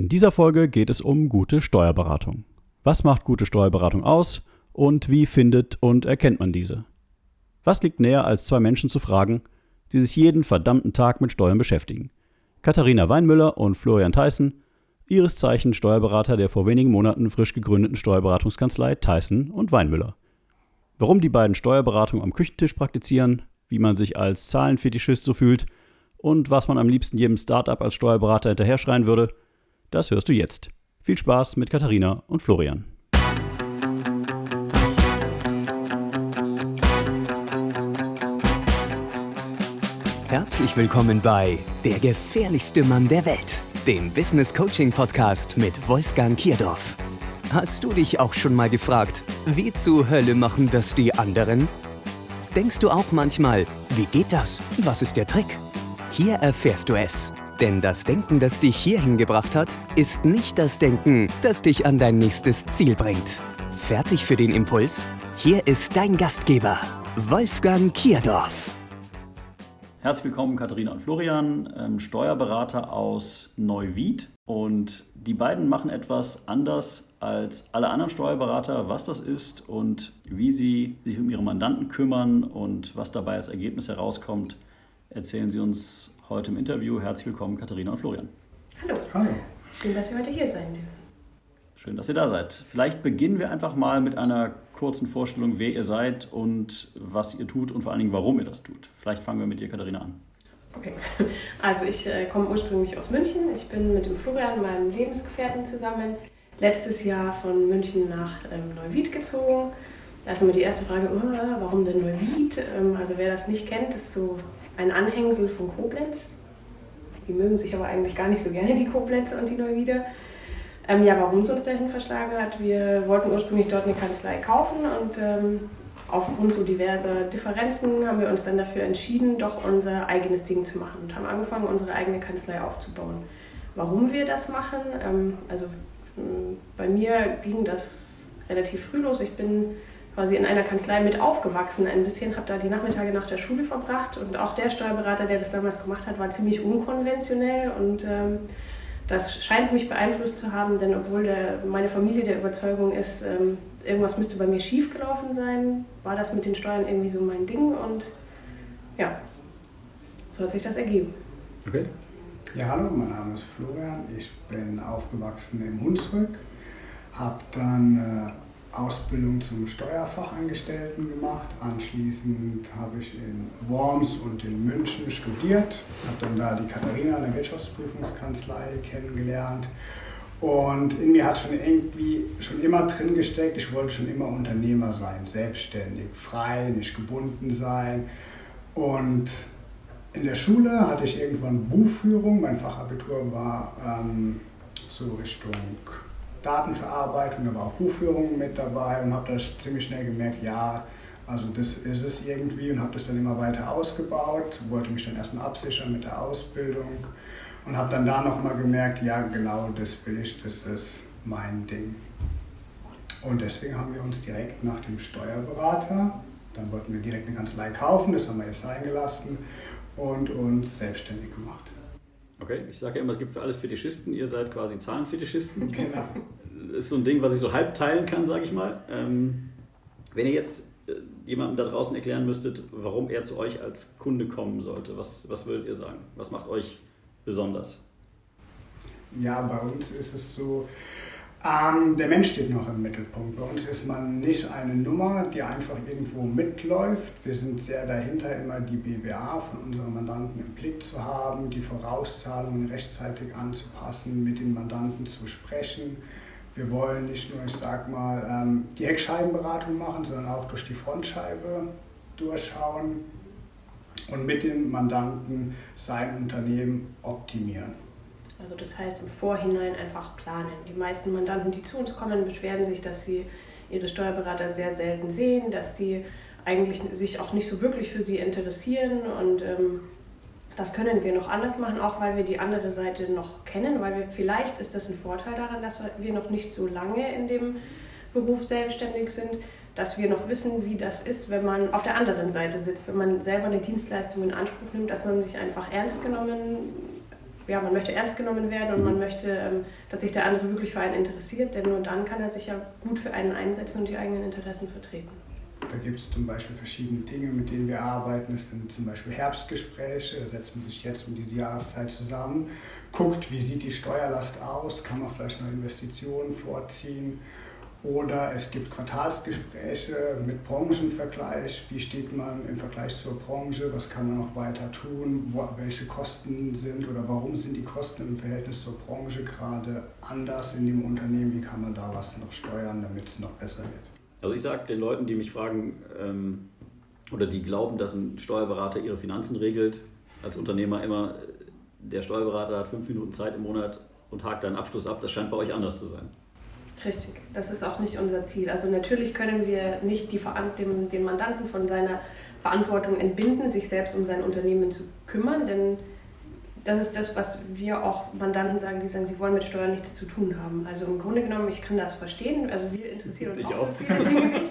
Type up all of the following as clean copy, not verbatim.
In dieser Folge geht es um gute Steuerberatung. Was macht gute Steuerberatung aus und wie findet und erkennt man diese? Was liegt näher, als zwei Menschen zu fragen, die sich jeden verdammten Tag mit Steuern beschäftigen? Katharina Weinmüller und Florian Theissen, ihres Zeichens Steuerberater der vor wenigen Monaten frisch gegründeten Steuerberatungskanzlei Theissen und Weinmüller. Warum die beiden Steuerberatung am Küchentisch praktizieren, wie man sich als Zahlenfetischist so fühlt und was man am liebsten jedem Start-up als Steuerberater hinterher schreien würde, das hörst du jetzt. Viel Spaß mit Katharina und Florian. Herzlich willkommen bei Der gefährlichste Mann der Welt, dem Business Coaching Podcast mit Wolfgang Kierdorf. Hast du dich auch schon mal gefragt, wie zur Hölle machen das die anderen? Denkst du auch manchmal, wie geht das? Was ist der Trick? Hier erfährst du es. Denn das Denken, das dich hierhin gebracht hat, ist nicht das Denken, das dich an dein nächstes Ziel bringt. Fertig für den Impuls? Hier ist dein Gastgeber, Wolfgang Kierdorf. Herzlich willkommen Katharina und Florian, Steuerberater aus Neuwied. Und die beiden machen etwas anders als alle anderen Steuerberater. Was das ist und wie sie sich um ihre Mandanten kümmern und was dabei als Ergebnis herauskommt, erzählen sie uns heute im Interview. Herzlich willkommen Katharina und Florian. Hallo. Hallo. Schön, dass wir heute hier sein dürfen. Schön, dass ihr da seid. Vielleicht beginnen wir einfach mal mit einer kurzen Vorstellung, wer ihr seid und was ihr tut und vor allen Dingen, warum ihr das tut. Vielleicht fangen wir mit dir, Katharina, an. Okay, also ich komme ursprünglich aus München. Ich bin mit dem Florian, meinem Lebensgefährten, zusammen letztes Jahr von München nach Neuwied gezogen. Da ist immer die erste Frage, warum denn Neuwied? Also wer das nicht kennt, ist so ein Anhängsel von Koblenz. Die mögen sich aber eigentlich gar nicht so gerne, die Koblenzer und die Neuwieder. Warum es uns dahin verschlagen hat, wir wollten ursprünglich dort eine Kanzlei kaufen und aufgrund so diverser Differenzen haben wir uns dann dafür entschieden, doch unser eigenes Ding zu machen und haben angefangen, unsere eigene Kanzlei aufzubauen. Warum wir das machen? Bei mir ging das relativ früh los. Ich bin quasi in einer Kanzlei mit aufgewachsen ein bisschen, habe da die Nachmittage nach der Schule verbracht und auch der Steuerberater, der das damals gemacht hat, war ziemlich unkonventionell und das scheint mich beeinflusst zu haben, denn obwohl meine Familie der Überzeugung ist, irgendwas müsste bei mir schiefgelaufen sein, war das mit den Steuern irgendwie so mein Ding und ja, so hat sich das ergeben. Okay. Ja, hallo, mein Name ist Florian, ich bin aufgewachsen im Hunsrück, habe dann Ausbildung zum Steuerfachangestellten gemacht. Anschließend habe ich in Worms und in München studiert, habe dann da die Katharina, eine Wirtschaftsprüfungskanzlei, kennengelernt. Und in mir hat schon immer drin gesteckt, ich wollte schon immer Unternehmer sein, selbstständig, frei, nicht gebunden sein. Und in der Schule hatte ich irgendwann Buchführung, mein Fachabitur war so Richtung Datenverarbeitung, da war auch Buchführung mit dabei und habe das ziemlich schnell gemerkt, ja, also das ist es irgendwie und habe das dann immer weiter ausgebaut, wollte mich dann erstmal absichern mit der Ausbildung und habe dann da nochmal gemerkt, ja genau, das will ich, das ist mein Ding. Und deswegen haben wir uns direkt nach dem Steuerberater, dann wollten wir direkt eine Kanzlei kaufen, das haben wir jetzt sein gelassen und uns selbstständig gemacht. Okay, ich sage ja immer, es gibt für alles Fetischisten, ihr seid quasi Zahlenfetischisten. Genau. Das ist so ein Ding, was ich so halb teilen kann, sage ich mal. Wenn ihr jetzt jemandem da draußen erklären müsstet, warum er zu euch als Kunde kommen sollte, was würdet ihr sagen? Was macht euch besonders? Ja, bei uns ist es so, der Mensch steht noch im Mittelpunkt. Bei uns ist man nicht eine Nummer, die einfach irgendwo mitläuft. Wir sind sehr dahinter, immer die BWA von unseren Mandanten im Blick zu haben, die Vorauszahlungen rechtzeitig anzupassen, mit den Mandanten zu sprechen. Wir wollen nicht nur, die Heckscheibenberatung machen, sondern auch durch die Frontscheibe durchschauen und mit den Mandanten sein Unternehmen optimieren. Also das heißt im Vorhinein einfach planen. Die meisten Mandanten, die zu uns kommen, beschweren sich, dass sie ihre Steuerberater sehr selten sehen, dass die eigentlich sich auch nicht so wirklich für sie interessieren und das können wir noch anders machen, auch weil wir die andere Seite noch kennen, weil vielleicht ist das ein Vorteil daran, dass wir noch nicht so lange in dem Beruf selbstständig sind, dass wir noch wissen, wie das ist, wenn man auf der anderen Seite sitzt, wenn man selber eine Dienstleistung in Anspruch nimmt, dass man sich einfach ernst genommen man möchte ernst genommen werden und man möchte, dass sich der andere wirklich für einen interessiert, denn nur dann kann er sich ja gut für einen einsetzen und die eigenen Interessen vertreten. Da gibt es zum Beispiel verschiedene Dinge, mit denen wir arbeiten. Es sind zum Beispiel Herbstgespräche, da setzt man sich jetzt um diese Jahreszeit zusammen, guckt, wie sieht die Steuerlast aus, kann man vielleicht noch Investitionen vorziehen. Oder es gibt Quartalsgespräche mit Branchenvergleich, wie steht man im Vergleich zur Branche, was kann man noch weiter tun, welche Kosten sind oder warum sind die Kosten im Verhältnis zur Branche gerade anders in dem Unternehmen, wie kann man da was noch steuern, damit es noch besser wird. Also ich sage den Leuten, die mich fragen oder die glauben, dass ein Steuerberater ihre Finanzen regelt, als Unternehmer immer, der Steuerberater hat 5 Minuten Zeit im Monat und hakt einen Abschluss ab, das scheint bei euch anders zu sein. Richtig, das ist auch nicht unser Ziel. Also natürlich können wir nicht den Mandanten von seiner Verantwortung entbinden, sich selbst um sein Unternehmen zu kümmern, denn das ist das, was wir auch Mandanten sagen, die sagen, sie wollen mit Steuern nichts zu tun haben. Also im Grunde genommen, ich kann das verstehen, also wir interessieren uns auch für viele Dinge nicht.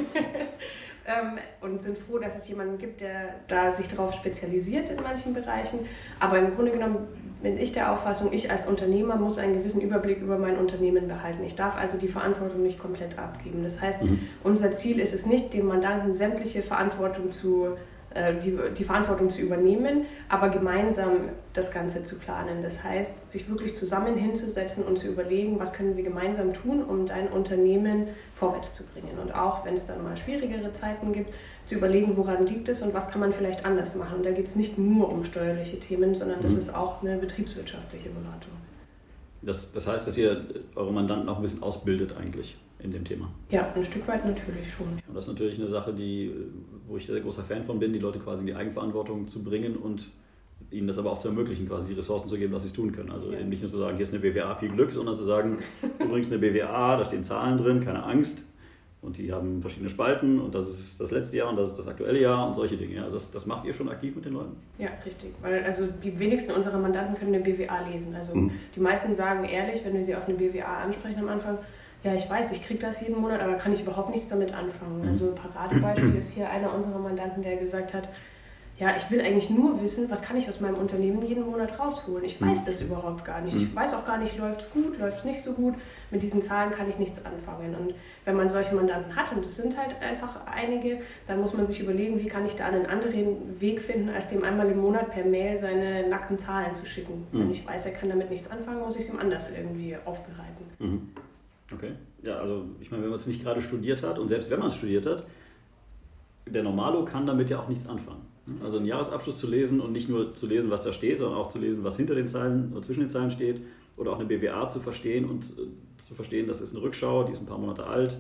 Und sind froh, dass es jemanden gibt, der da sich darauf spezialisiert in manchen Bereichen. Aber im Grunde genommen bin ich der Auffassung, ich als Unternehmer muss einen gewissen Überblick über mein Unternehmen behalten. Ich darf also die Verantwortung nicht komplett abgeben. Das heißt, unser Ziel ist es nicht, dem Mandanten sämtliche Verantwortung die Verantwortung zu übernehmen, aber gemeinsam das Ganze zu planen. Das heißt, sich wirklich zusammen hinzusetzen und zu überlegen, was können wir gemeinsam tun, um dein Unternehmen vorwärts zu bringen. Und auch, wenn es dann mal schwierigere Zeiten gibt, zu überlegen, woran liegt es und was kann man vielleicht anders machen. Und da geht es nicht nur um steuerliche Themen, sondern das ist auch eine betriebswirtschaftliche Beratung. Das heißt, dass ihr eure Mandanten auch ein bisschen ausbildet eigentlich in dem Thema? Ja, ein Stück weit natürlich schon. Und das ist natürlich eine Sache, wo ich sehr großer Fan von bin, die Leute quasi in die Eigenverantwortung zu bringen und ihnen das aber auch zu ermöglichen, quasi die Ressourcen zu geben, was sie tun können. Also nicht nur zu sagen, hier ist eine BWA, viel Glück, sondern zu sagen, übrigens eine BWA, da stehen Zahlen drin, keine Angst. Und die haben verschiedene Spalten und das ist das letzte Jahr und das ist das aktuelle Jahr und solche Dinge. Also das macht ihr schon aktiv mit den Leuten? Ja, richtig. Weil also die wenigsten unserer Mandanten können eine BWA lesen. Also die meisten sagen ehrlich, wenn wir sie auf eine BWA ansprechen am Anfang, ja, ich weiß, ich kriege das jeden Monat, aber kann ich überhaupt nichts damit anfangen. Also ein Paradebeispiel ist hier einer unserer Mandanten, der gesagt hat, ja, ich will eigentlich nur wissen, was kann ich aus meinem Unternehmen jeden Monat rausholen. Ich weiß das überhaupt gar nicht. Ich weiß auch gar nicht, läuft es gut, läuft es nicht so gut. Mit diesen Zahlen kann ich nichts anfangen. Und wenn man solche Mandanten hat, und es sind halt einfach einige, dann muss man sich überlegen, wie kann ich da einen anderen Weg finden, als dem einmal im Monat per Mail seine nackten Zahlen zu schicken. Wenn ich weiß, er kann damit nichts anfangen, muss ich es ihm anders irgendwie aufbereiten. Okay. Ja, also ich meine, wenn man es nicht gerade studiert hat und selbst wenn man es studiert hat, der Normalo kann damit ja auch nichts anfangen. Also einen Jahresabschluss zu lesen und nicht nur zu lesen, was da steht, sondern auch zu lesen, was hinter den Zeilen oder zwischen den Zeilen steht oder auch eine BWA zu verstehen und zu verstehen, das ist eine Rückschau, die ist ein paar Monate alt,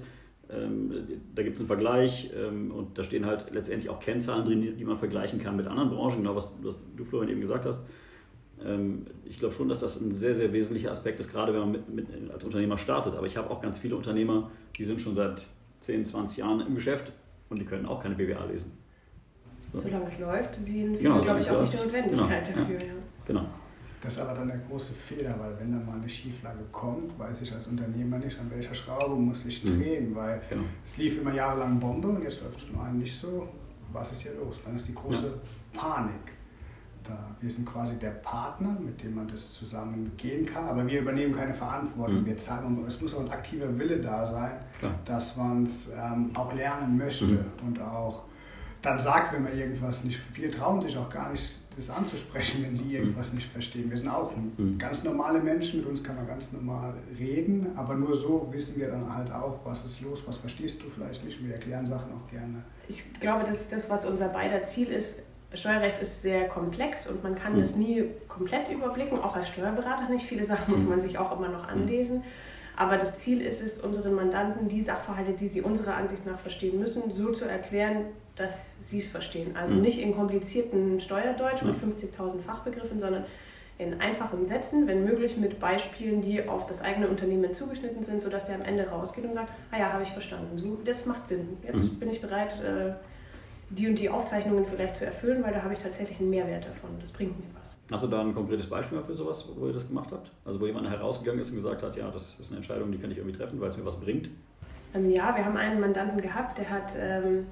da gibt es einen Vergleich und da stehen halt letztendlich auch Kennzahlen drin, die man vergleichen kann mit anderen Branchen, genau was du, Florian, eben gesagt hast. Ich glaube schon, dass das ein sehr, sehr wesentlicher Aspekt ist, gerade wenn man als Unternehmer startet. Aber ich habe auch ganz viele Unternehmer, die sind schon seit 10, 20 Jahren im Geschäft und die können auch keine BWA lesen. So. Solange es läuft, sehen viele, glaube ich, auch nicht die Notwendigkeit dafür. Ja. Genau. Das ist aber dann der große Fehler, weil wenn da mal eine Schieflage kommt, weiß ich als Unternehmer nicht, an welcher Schraube muss ich drehen, weil es lief immer jahrelang Bombe und jetzt läuft es nur nicht so. Was ist hier los? Dann ist die große Panik. Wir sind quasi der Partner, mit dem man das zusammen gehen kann, aber wir übernehmen keine Verantwortung. Wir zahlen, es muss auch ein aktiver Wille da sein, dass man es auch lernen möchte und auch dann sagt, wenn man irgendwas nicht, viele trauen sich auch gar nicht, das anzusprechen, wenn sie irgendwas nicht verstehen. Wir sind auch ganz normale Menschen, mit uns kann man ganz normal reden, aber nur so wissen wir dann halt auch, was ist los, was verstehst du vielleicht nicht. Wir erklären Sachen auch gerne. Ich glaube, das ist das, was unser beider Ziel ist. Steuerrecht ist sehr komplex und man kann das nie komplett überblicken, auch als Steuerberater nicht. Viele Sachen muss man sich auch immer noch anlesen. Aber das Ziel ist es, unseren Mandanten die Sachverhalte, die sie unserer Ansicht nach verstehen müssen, so zu erklären, dass sie es verstehen. Also nicht in komplizierten Steuerdeutsch mit 50.000 Fachbegriffen, sondern in einfachen Sätzen, wenn möglich mit Beispielen, die auf das eigene Unternehmen zugeschnitten sind, sodass der am Ende rausgeht und sagt, ah ja, habe ich verstanden, so, das macht Sinn. Jetzt bin ich bereit, die und die Aufzeichnungen vielleicht zu erfüllen, weil da habe ich tatsächlich einen Mehrwert davon. Das bringt mir was. Hast du da ein konkretes Beispiel für sowas, wo ihr das gemacht habt? Also wo jemand herausgegangen ist und gesagt hat, ja, das ist eine Entscheidung, die kann ich irgendwie treffen, weil es mir was bringt? Ja, wir haben einen Mandanten gehabt, der hat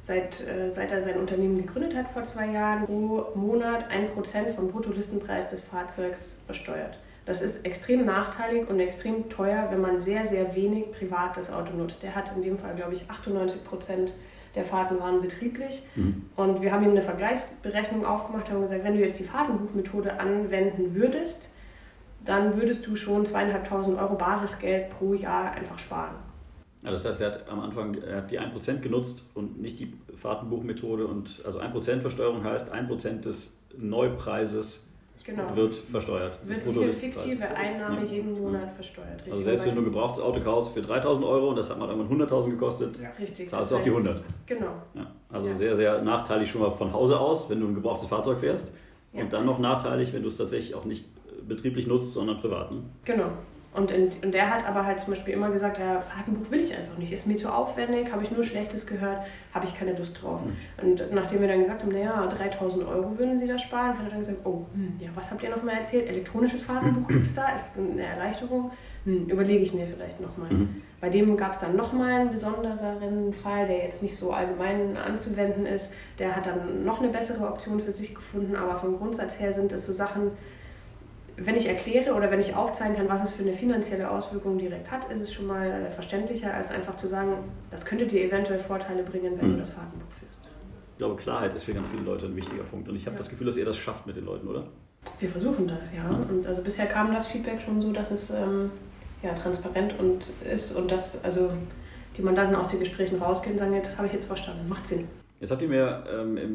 seit er sein Unternehmen gegründet hat vor 2 Jahren, pro Monat 1% vom Bruttolistenpreis des Fahrzeugs versteuert. Das ist extrem nachteilig und extrem teuer, wenn man sehr, sehr wenig privat das Auto nutzt. Der hat in dem Fall, glaube ich, 98% der Fahrten waren betrieblich. Und wir haben ihm eine Vergleichsberechnung aufgemacht, haben gesagt, wenn du jetzt die Fahrtenbuchmethode anwenden würdest, dann würdest du schon 2.500 € bares Geld pro Jahr einfach sparen. Ja, das heißt, er hat am Anfang die 1% genutzt und nicht die Fahrtenbuchmethode. Und also 1% Versteuerung heißt 1% des Neupreises wird versteuert. Wird wie eine fiktive Einnahme jeden Monat versteuert. Richtig. Also selbst wenn du ein gebrauchtes Auto kaufst für 3.000 € und das hat mal irgendwann 100.000 gekostet, zahlst du auch die 100. Genau. Ja, also sehr, sehr nachteilig schon mal von Hause aus, wenn du ein gebrauchtes Fahrzeug fährst. Und dann noch nachteilig, wenn du es tatsächlich auch nicht betrieblich nutzt, sondern privat. Ne? Genau. Und der hat aber halt zum Beispiel immer gesagt, ja, Fahrtenbuch will ich einfach nicht, ist mir zu aufwendig, habe ich nur Schlechtes gehört, habe ich keine Lust drauf. Und nachdem wir dann gesagt haben, naja, 3.000 € würden sie da sparen, hat er dann gesagt, ja, was habt ihr noch mal erzählt? Elektronisches Fahrtenbuch gibt es da, ist eine Erleichterung, überlege ich mir vielleicht nochmal. Bei dem gab es dann nochmal einen besondereren Fall, der jetzt nicht so allgemein anzuwenden ist. Der hat dann noch eine bessere Option für sich gefunden, aber vom Grundsatz her sind es so Sachen, wenn ich erkläre oder wenn ich aufzeigen kann, was es für eine finanzielle Auswirkung direkt hat, ist es schon mal verständlicher, als einfach zu sagen, das könnte dir eventuell Vorteile bringen, wenn du das Fahrtenbuch führst. Ich glaube, Klarheit ist für ganz viele Leute ein wichtiger Punkt. Und ich habe das Gefühl, dass ihr das schafft mit den Leuten, oder? Wir versuchen das, ja. Und also bisher kam das Feedback schon so, dass es transparent ist und dass also die Mandanten aus den Gesprächen rausgehen und sagen, ja, das habe ich jetzt verstanden, macht Sinn. Jetzt habt ihr mir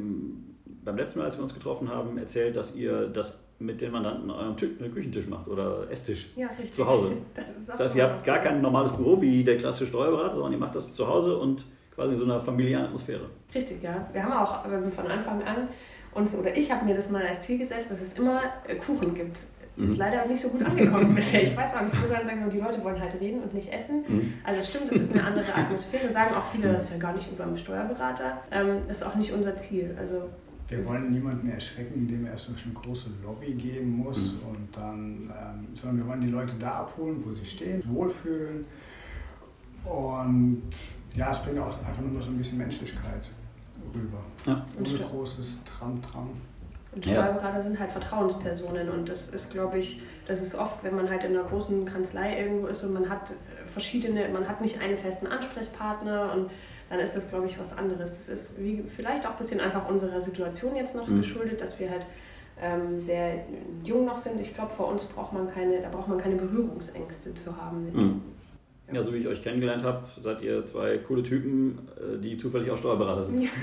beim letzten Mal, als wir uns getroffen haben, erzählt, dass ihr das mit den Mandanten euren Küchentisch macht oder Esstisch zu Hause. Das heißt, ihr habt gar kein normales Büro wie der klassische Steuerberater, sondern ihr macht das zu Hause und quasi in so einer familiären Atmosphäre. Richtig, ja. Wir haben auch von Anfang an ich habe mir das mal als Ziel gesetzt, dass es immer Kuchen gibt. Ist leider nicht so gut angekommen bisher. Ich weiß auch nicht, früher sagen die Leute wollen halt reden und nicht essen. Also es stimmt, es ist eine andere Atmosphäre. Sagen auch viele, das ist ja gar nicht über einen Steuerberater. Das ist auch nicht unser Ziel. Also wir wollen niemanden erschrecken, indem er erst durch eine große Lobby gehen muss und dann, sondern wir wollen die Leute da abholen, wo sie stehen, wohlfühlen. Und ja, es bringt auch einfach nur so ein bisschen Menschlichkeit rüber. Ja. Ohne großes Tram-Tram. Und Steuerberater sind halt Vertrauenspersonen und das ist, glaube ich, das ist oft, wenn man halt in einer großen Kanzlei irgendwo ist und man hat nicht einen festen Ansprechpartner und dann ist das, glaube ich, was anderes. Das ist vielleicht auch ein bisschen einfach unserer Situation jetzt noch geschuldet, dass wir halt sehr jung noch sind. Ich glaube, vor uns braucht man keine Berührungsängste zu haben. Ja, so wie ich euch kennengelernt habe, seid ihr 2 coole Typen, die zufällig auch Steuerberater sind. Ja.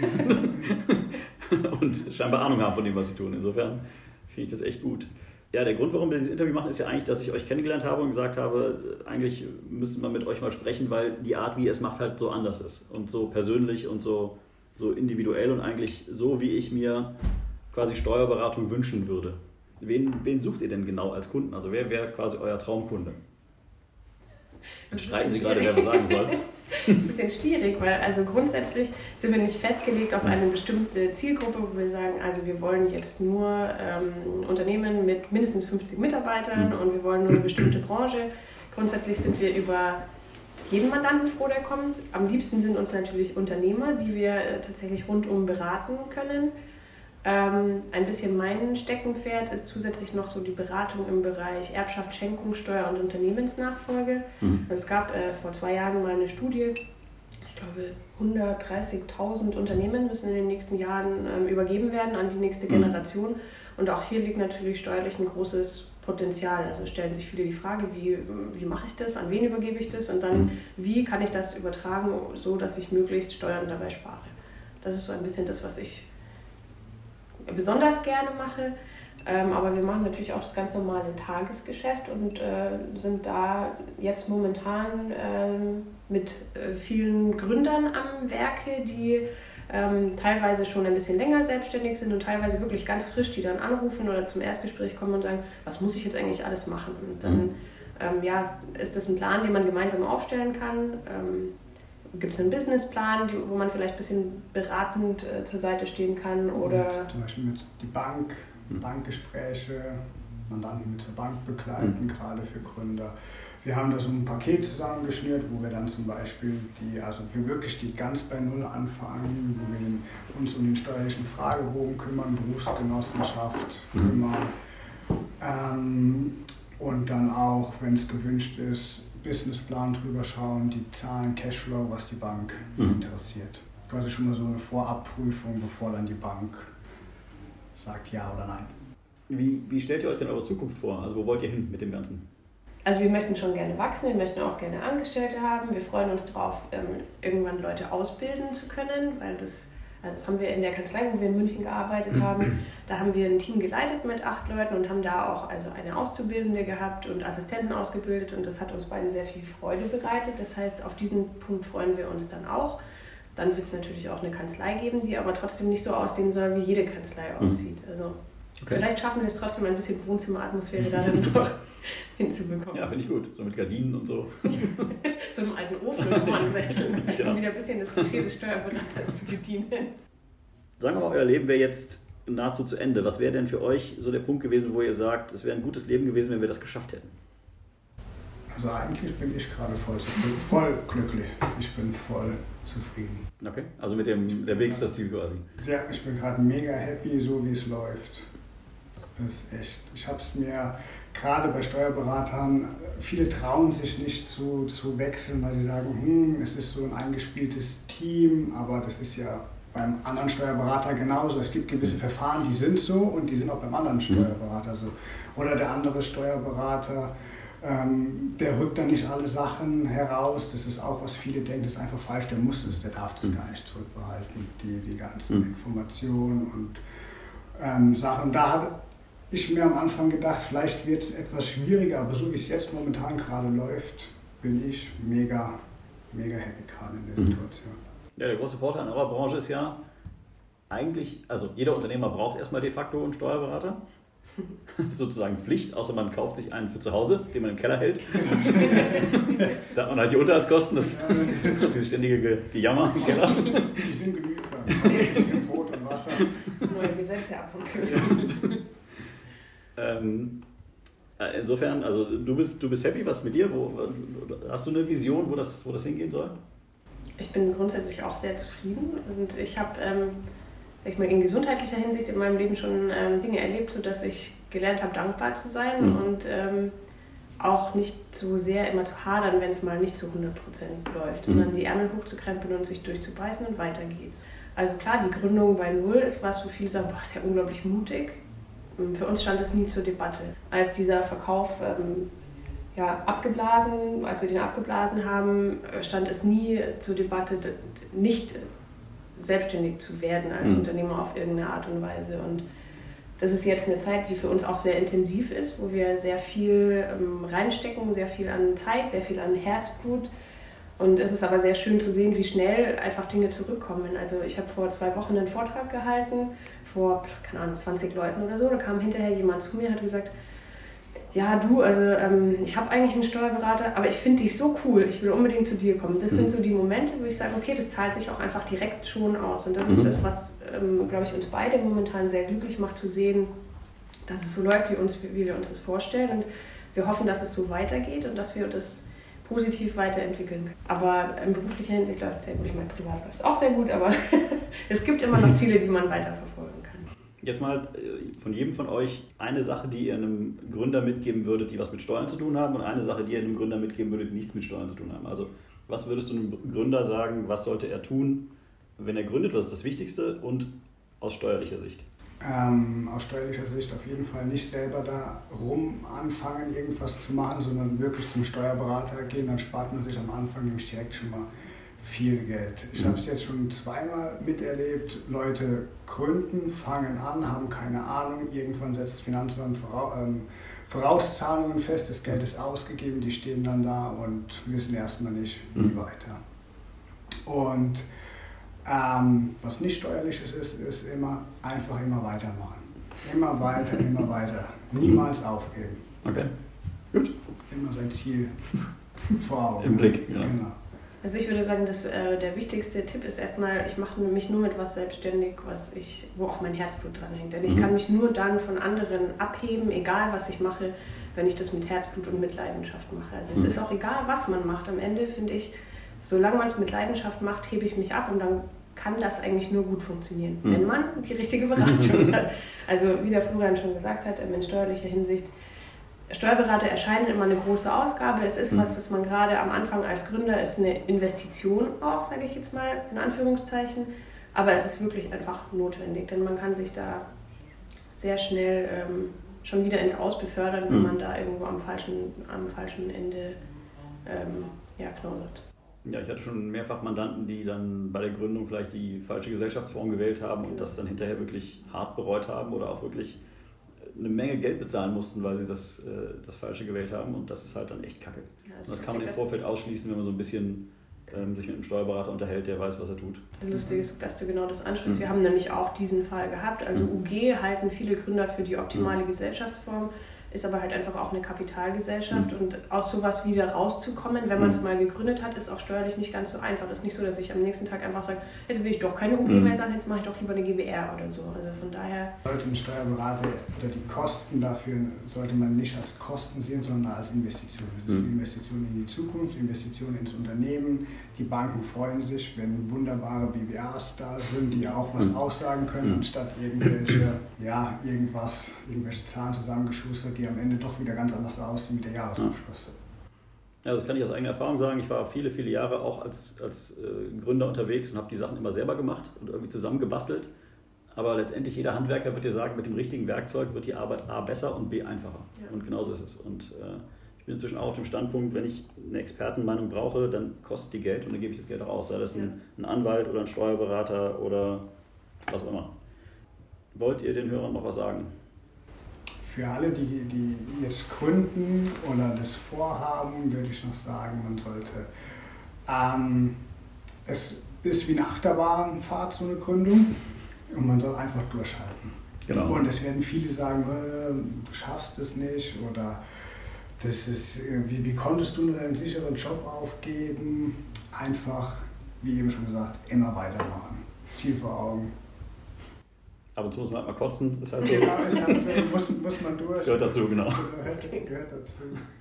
Und scheinbar Ahnung haben von dem, was sie tun. Insofern finde ich das echt gut. Ja, der Grund, warum wir dieses Interview machen, ist ja eigentlich, dass ich euch kennengelernt habe und gesagt habe, eigentlich müsste man mit euch mal sprechen, weil die Art, wie ihr es macht, halt so anders ist. Und so persönlich und so individuell und eigentlich so, wie ich mir quasi Steuerberatung wünschen würde. Wen sucht ihr denn genau als Kunden? Also wer wäre quasi euer Traumkunde? Jetzt streiten Sie gerade, wer was sagen soll. Das ist ein bisschen schwierig, weil also grundsätzlich sind wir nicht festgelegt auf eine bestimmte Zielgruppe, wo wir sagen, also wir wollen jetzt nur Unternehmen mit mindestens 50 Mitarbeitern und wir wollen nur eine bestimmte Branche. Grundsätzlich sind wir über jeden Mandanten froh, der kommt. Am liebsten sind uns natürlich Unternehmer, die wir tatsächlich rundum beraten können. Ein bisschen mein Steckenpferd ist zusätzlich noch so die Beratung im Bereich Erbschaft, Schenkung, Steuer- und Unternehmensnachfolge. Es gab vor 2 Jahren mal eine Studie, ich glaube 130.000 Unternehmen müssen in den nächsten Jahren übergeben werden an die nächste Generation. Und auch hier liegt natürlich steuerlich ein großes Potenzial. Also stellen sich viele die Frage, wie mache ich das, an wen übergebe ich das und dann wie kann ich das übertragen, so dass ich möglichst Steuern dabei spare. Das ist so ein bisschen das, was ich besonders gerne mache, aber wir machen natürlich auch das ganz normale Tagesgeschäft und sind da jetzt momentan mit vielen Gründern am Werke, die teilweise schon ein bisschen länger selbstständig sind und teilweise wirklich ganz frisch, die dann anrufen oder zum Erstgespräch kommen und sagen, was muss ich jetzt eigentlich alles machen? Und dann ist das ein Plan, den man gemeinsam aufstellen kann. Gibt es einen Businessplan, wo man vielleicht ein bisschen beratend zur Seite stehen kann? Oder zum Beispiel mit die Bankgespräche, Mandanten mit zur Bank begleiten, gerade für Gründer. Wir haben da so ein Paket zusammengeschnürt, wo wir dann zum Beispiel wir wirklich die ganz bei Null anfangen, wo wir uns um den steuerlichen Fragebogen kümmern, Berufsgenossenschaft kümmern und dann auch, wenn es gewünscht ist, Businessplan drüber schauen, die Zahlen, Cashflow, was die Bank interessiert. Quasi schon mal so eine Vorabprüfung, bevor dann die Bank sagt ja oder nein. Wie stellt ihr euch denn eure Zukunft vor? Also wo wollt ihr hin mit dem Ganzen? Also wir möchten schon gerne wachsen, wir möchten auch gerne Angestellte haben. Wir freuen uns darauf, irgendwann Leute ausbilden zu können, weil das haben wir in der Kanzlei, wo wir in München gearbeitet haben. Da haben wir ein Team geleitet mit 8 Leuten und haben da auch eine Auszubildende gehabt und Assistenten ausgebildet und das hat uns beiden sehr viel Freude bereitet. Das heißt, auf diesen Punkt freuen wir uns dann auch. Dann wird es natürlich auch eine Kanzlei geben, die aber trotzdem nicht so aussehen soll, wie jede Kanzlei aussieht. Also vielleicht schaffen wir es trotzdem ein bisschen Wohnzimmeratmosphäre da dann noch hinzubekommen. Ja, finde ich gut. So mit Gardinen und so. So einem alten Ofen und Romansessel. Genau. Um wieder ein bisschen das Klischee des Steuerberaters zu bedienen. Sagen wir mal, euer Leben wäre jetzt nahezu zu Ende. Was wäre denn für euch so der Punkt gewesen, wo ihr sagt, es wäre ein gutes Leben gewesen, wenn wir das geschafft hätten? Also eigentlich bin ich gerade voll glücklich. Ich bin voll zufrieden. Okay, also mit der Weg ist das Ziel quasi. Ja, ich bin gerade mega happy, so wie es läuft. Das ist echt. Ich habe es mir gerade bei Steuerberatern, viele trauen sich nicht zu wechseln, weil sie sagen, es ist so ein eingespieltes Team, aber das ist ja beim anderen Steuerberater genauso. Es gibt gewisse Verfahren, die sind so und die sind auch beim anderen Steuerberater so. Oder der andere Steuerberater, der rückt dann nicht alle Sachen heraus. Das ist auch, was viele denken, das ist einfach falsch. Der muss es, der darf das gar nicht zurückbehalten, die ganzen Informationen und Sachen. Da habe ich mir am Anfang gedacht, vielleicht wird es etwas schwieriger, aber so wie es jetzt momentan gerade läuft, bin ich mega, mega happy gerade in der Situation. Ja, der große Vorteil in eurer Branche ist ja eigentlich, also jeder Unternehmer braucht erstmal de facto einen Steuerberater. Das ist sozusagen Pflicht, außer man kauft sich einen für zu Hause, den man im Keller hält. Da hat man halt die Unterhaltskosten, dieses ständige Gejammer im Keller. Die sind genügsam. Ein bisschen Brot und Wasser. Neue Gesetze ab und zu. Insofern, also du bist happy, was mit dir? Hast du eine Vision, wo das hingehen soll? Ich bin grundsätzlich auch sehr zufrieden und ich habe in gesundheitlicher Hinsicht in meinem Leben schon Dinge erlebt, sodass ich gelernt habe, dankbar zu sein und auch nicht so sehr immer zu hadern, wenn es mal nicht zu 100% läuft, sondern die Ärmel hochzukrempeln und sich durchzubeißen und weiter geht's. Also klar, die Gründung bei Null ist was, wo viele sagen, ist ja unglaublich mutig. Für uns stand es nie zur Debatte. Als dieser Verkauf abgeblasen, als wir den abgeblasen haben, stand es nie zur Debatte, nicht selbstständig zu werden als Unternehmer auf irgendeine Art und Weise. Und das ist jetzt eine Zeit, die für uns auch sehr intensiv ist, wo wir sehr viel reinstecken, sehr viel an Zeit, sehr viel an Herzblut. Und es ist aber sehr schön zu sehen, wie schnell einfach Dinge zurückkommen. Also ich habe vor 2 Wochen einen Vortrag gehalten, vor, 20 Leuten oder so. Da kam hinterher jemand zu mir und hat gesagt, ja du, ich habe eigentlich einen Steuerberater, aber ich finde dich so cool, ich will unbedingt zu dir kommen. Das sind so die Momente, wo ich sage, okay, das zahlt sich auch einfach direkt schon aus. Und das ist das, was, glaube ich, uns beide momentan sehr glücklich macht, zu sehen, dass es so läuft, wie wir uns das vorstellen. Und wir hoffen, dass es so weitergeht und dass wir das positiv weiterentwickeln können. Aber in beruflicher Hinsicht läuft es sehr gut. Ich meine, privat läuft es auch sehr gut, aber es gibt immer noch Ziele, die man weiterverfolgen kann. Jetzt mal von jedem von euch eine Sache, die ihr einem Gründer mitgeben würdet, die was mit Steuern zu tun haben, und eine Sache, die ihr einem Gründer mitgeben würdet, die nichts mit Steuern zu tun haben. Also was würdest du einem Gründer sagen, was sollte er tun, wenn er gründet? Was ist das Wichtigste und aus steuerlicher Sicht? Aus steuerlicher Sicht auf jeden Fall nicht selber da rum anfangen, irgendwas zu machen, sondern wirklich zum Steuerberater gehen. Dann spart man sich am Anfang nämlich direkt schon mal viel Geld. Ich habe es jetzt schon 2-mal miterlebt. Leute gründen, fangen an, haben keine Ahnung. Irgendwann setzt das Finanzamt Vorauszahlungen fest, das Geld ist ausgegeben, die stehen dann da und wissen erstmal nicht, wie weiter. Und was nicht steuerliches ist immer weitermachen. Immer weiter, immer weiter. Niemals aufgeben. Okay, gut. Immer sein Ziel vor Augen. Im Blick, ja. Genau. Also ich würde sagen, dass der wichtigste Tipp ist erstmal, ich mache mich nur mit was selbstständig, wo auch mein Herzblut dran hängt. Denn ich kann mich nur dann von anderen abheben, egal was ich mache, wenn ich das mit Herzblut und mit Leidenschaft mache. Also es ist auch egal, was man macht. Am Ende finde ich, solange man es mit Leidenschaft macht, hebe ich mich ab und dann kann das eigentlich nur gut funktionieren, wenn man die richtige Beratung hat. Also wie der Florian schon gesagt hat, in steuerlicher Hinsicht, Steuerberater erscheinen immer eine große Ausgabe. Es ist was man gerade am Anfang als Gründer ist, eine Investition auch, sage ich jetzt mal in Anführungszeichen. Aber es ist wirklich einfach notwendig, denn man kann sich da sehr schnell schon wieder ins Aus befördern, wenn man da irgendwo am falschen Ende knausert. Ja, ich hatte schon mehrfach Mandanten, die dann bei der Gründung vielleicht die falsche Gesellschaftsform gewählt haben und das dann hinterher wirklich hart bereut haben oder auch wirklich eine Menge Geld bezahlen mussten, weil sie das Falsche gewählt haben und das ist halt dann echt kacke. Ja, das kann man im Vorfeld ausschließen, wenn man so ein bisschen sich mit einem Steuerberater unterhält, der weiß, was er tut. Das Lustige ist, dass du genau das ansprichst. Wir haben nämlich auch diesen Fall gehabt. Also UG halten viele Gründer für die optimale Gesellschaftsform, ist aber halt einfach auch eine Kapitalgesellschaft und aus sowas wieder rauszukommen, wenn man es mal gegründet hat, ist auch steuerlich nicht ganz so einfach. Es ist nicht so, dass ich am nächsten Tag einfach sage, jetzt will ich doch keine UG mehr sein, jetzt mache ich doch lieber eine GbR oder so. Also von daher... Sollte ein Steuerberater oder die Kosten dafür sollte man nicht als Kosten sehen, sondern als Investition. Das ist eine Investition in die Zukunft, Investition ins Unternehmen. Die Banken freuen sich, wenn wunderbare BWAs da sind, die auch was aussagen können, anstatt irgendwelche Zahlen zusammengeschustert, die am Ende doch wieder ganz anders aussehen wie der Jahresabschluss. Ja, das kann ich aus eigener Erfahrung sagen. Ich war viele, viele Jahre auch als Gründer unterwegs und habe die Sachen immer selber gemacht und irgendwie zusammengebastelt. Aber letztendlich jeder Handwerker wird dir sagen, mit dem richtigen Werkzeug wird die Arbeit A besser und B einfacher. Ja. Und genauso ist es. Und ich bin inzwischen auch auf dem Standpunkt, wenn ich eine Expertenmeinung brauche, dann kostet die Geld und dann gebe ich das Geld auch aus. Sei das ein Anwalt oder ein Steuerberater oder was auch immer. Wollt ihr den Hörern noch was sagen? Für alle, die jetzt gründen oder das vorhaben, würde ich noch sagen, man sollte, es ist wie eine Achterbahnfahrt, so eine Gründung, und man soll einfach durchhalten. Genau. Und es werden viele sagen, du schaffst es nicht oder das ist, wie konntest du nur einen sicheren Job aufgeben? Einfach, wie eben schon gesagt, immer weitermachen. Ziel vor Augen. Ab und zu muss man halt mal kotzen, ist halt so. Genau, muss man durch. Das gehört dazu, genau. Gehört dazu.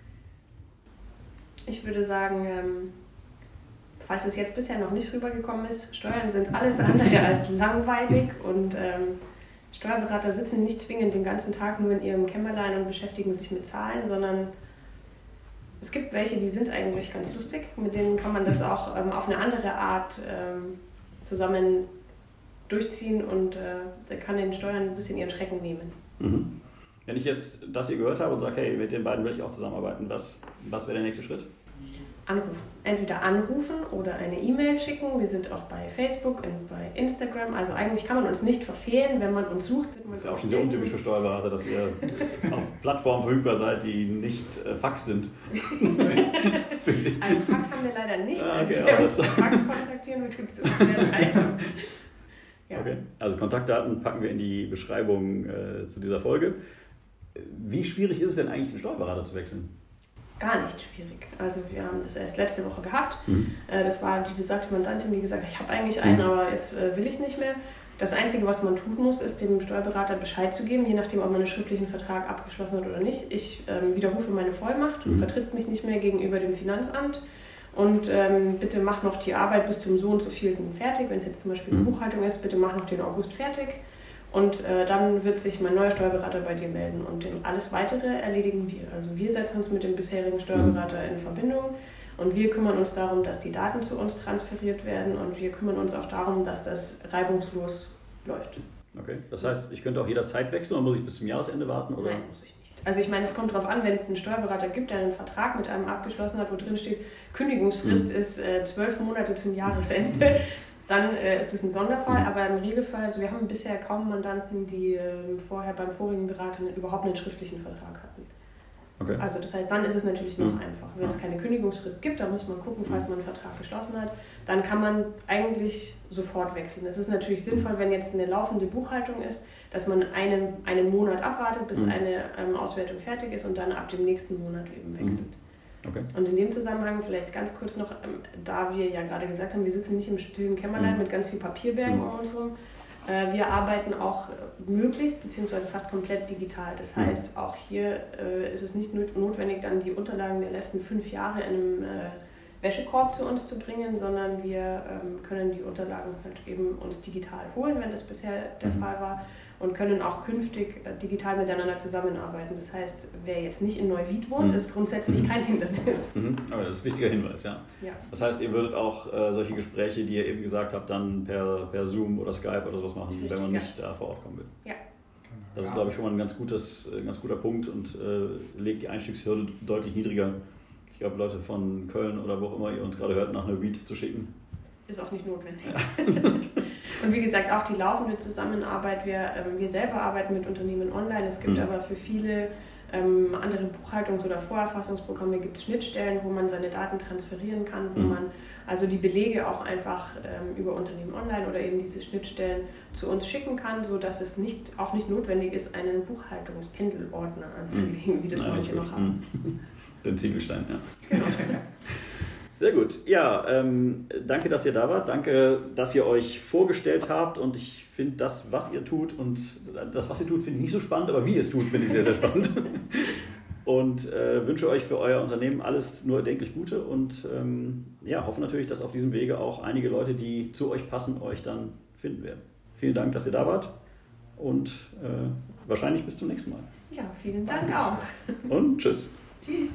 Ich würde sagen, falls es jetzt bisher noch nicht rübergekommen ist, Steuern sind alles andere als langweilig und Steuerberater sitzen nicht zwingend den ganzen Tag nur in ihrem Kämmerlein und beschäftigen sich mit Zahlen, sondern es gibt welche, die sind eigentlich ganz lustig, mit denen kann man das auch auf eine andere Art zusammen durchziehen und der kann den Steuern ein bisschen ihren Schrecken nehmen. Mhm. Wenn ich jetzt das hier gehört habe und sage, hey, mit den beiden will ich auch zusammenarbeiten, was wäre der nächste Schritt? Anrufen. Entweder anrufen oder eine E-Mail schicken. Wir sind auch bei Facebook und bei Instagram. Also eigentlich kann man uns nicht verfehlen, wenn man uns sucht. Das ist ja auch schon sehr untypisch für Steuerberater, dass ihr auf Plattformen verfügbar seid, die nicht Fax sind. Einen Fax haben wir leider nicht. Okay, wer uns per Fax kontaktieren will, gibt es uns sehr leid. Ja. Okay, also Kontaktdaten packen wir in die Beschreibung zu dieser Folge. Wie schwierig ist es denn eigentlich, den Steuerberater zu wechseln? Gar nicht schwierig. Also wir haben das erst letzte Woche gehabt. Das war die besagte Mandantin, die gesagt hat, ich habe eigentlich einen, aber jetzt will ich nicht mehr. Das Einzige, was man tun muss, ist dem Steuerberater Bescheid zu geben, je nachdem, ob man einen schriftlichen Vertrag abgeschlossen hat oder nicht. Ich widerrufe meine Vollmacht, vertritt mich nicht mehr gegenüber dem Finanzamt und bitte mach noch die Arbeit bis zum so und so vielten fertig. Wenn es jetzt zum Beispiel eine Buchhaltung ist, bitte mach noch den August fertig. Und dann wird sich mein neuer Steuerberater bei dir melden und alles Weitere erledigen wir. Also wir setzen uns mit dem bisherigen Steuerberater in Verbindung und wir kümmern uns darum, dass die Daten zu uns transferiert werden und wir kümmern uns auch darum, dass das reibungslos läuft. Okay, das heißt, ich könnte auch jederzeit wechseln oder muss ich bis zum Jahresende warten? Oder? Nein, muss ich nicht. Also ich meine, es kommt darauf an, wenn es einen Steuerberater gibt, der einen Vertrag mit einem abgeschlossen hat, wo drin steht, Kündigungsfrist ist 12 Monate zum Jahresende. Dann ist das ein Sonderfall, aber im Regelfall, also wir haben bisher kaum Mandanten, die vorher beim vorigen Berater überhaupt einen schriftlichen Vertrag hatten. Okay. Also das heißt, dann ist es natürlich noch einfacher. Wenn es keine Kündigungsfrist gibt, dann muss man gucken, falls man einen Vertrag geschlossen hat, dann kann man eigentlich sofort wechseln. Es ist natürlich sinnvoll, wenn jetzt eine laufende Buchhaltung ist, dass man einen Monat abwartet, bis eine Auswertung fertig ist und dann ab dem nächsten Monat eben wechselt. Okay. Und in dem Zusammenhang vielleicht ganz kurz noch, da wir ja gerade gesagt haben, wir sitzen nicht im stillen Kämmerlein mit ganz viel Papierbergen um uns herum. Wir arbeiten auch möglichst bzw. fast komplett digital. Das heißt, auch hier ist es nicht notwendig, dann die Unterlagen der letzten 5 Jahre in einem Wäschekorb zu uns zu bringen, sondern wir können die Unterlagen halt eben uns digital holen, wenn das bisher der Fall war, und können auch künftig digital miteinander zusammenarbeiten. Das heißt, wer jetzt nicht in Neuwied wohnt, ist grundsätzlich kein Hindernis. Aber das ist ein wichtiger Hinweis, ja. Das heißt, ihr würdet auch solche Gespräche, die ihr eben gesagt habt, dann per Zoom oder Skype oder sowas machen, wenn man nicht da vor Ort kommen will. Ja. Das ist, glaube ich, schon mal ein ganz guter Punkt und legt die Einstiegshürde deutlich niedriger. Ich glaube, Leute von Köln oder wo auch immer ihr uns gerade hört, nach Neuwied zu schicken. Ist auch nicht notwendig. Und wie gesagt, auch die laufende Zusammenarbeit. Wir selber arbeiten mit Unternehmen online. Es gibt aber für viele andere Buchhaltungs- oder Vorerfassungsprogramme gibt es Schnittstellen, wo man seine Daten transferieren kann, wo man also die Belege auch einfach über Unternehmen online oder eben diese Schnittstellen zu uns schicken kann, sodass es auch nicht notwendig ist, einen Buchhaltungspendelordner anzulegen, wie das manche noch haben. Den Ziegelstein, ja. Genau. Sehr gut. Ja, danke, dass ihr da wart. Danke, dass ihr euch vorgestellt habt. Und ich finde das, was ihr tut, finde ich nicht so spannend, aber wie ihr es tut, finde ich sehr, sehr spannend. Und wünsche euch für euer Unternehmen alles nur erdenklich Gute und hoffe natürlich, dass auf diesem Wege auch einige Leute, die zu euch passen, euch dann finden werden. Vielen Dank, dass ihr da wart und wahrscheinlich bis zum nächsten Mal. Ja, vielen Dank auch. Und tschüss. Tschüss.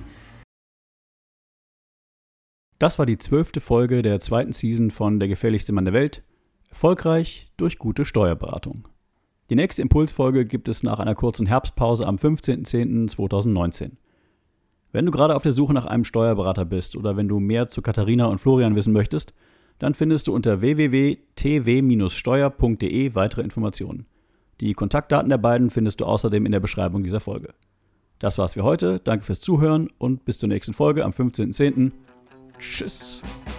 Das war die 12. Folge der 2. Season von Der gefährlichste Mann der Welt. Erfolgreich durch gute Steuerberatung. Die nächste Impulsfolge gibt es nach einer kurzen Herbstpause am 15.10.2019. Wenn du gerade auf der Suche nach einem Steuerberater bist oder wenn du mehr zu Katharina und Florian wissen möchtest, dann findest du unter www.tw-steuer.de weitere Informationen. Die Kontaktdaten der beiden findest du außerdem in der Beschreibung dieser Folge. Das war's für heute. Danke fürs Zuhören und bis zur nächsten Folge am 15.10. Tschüss.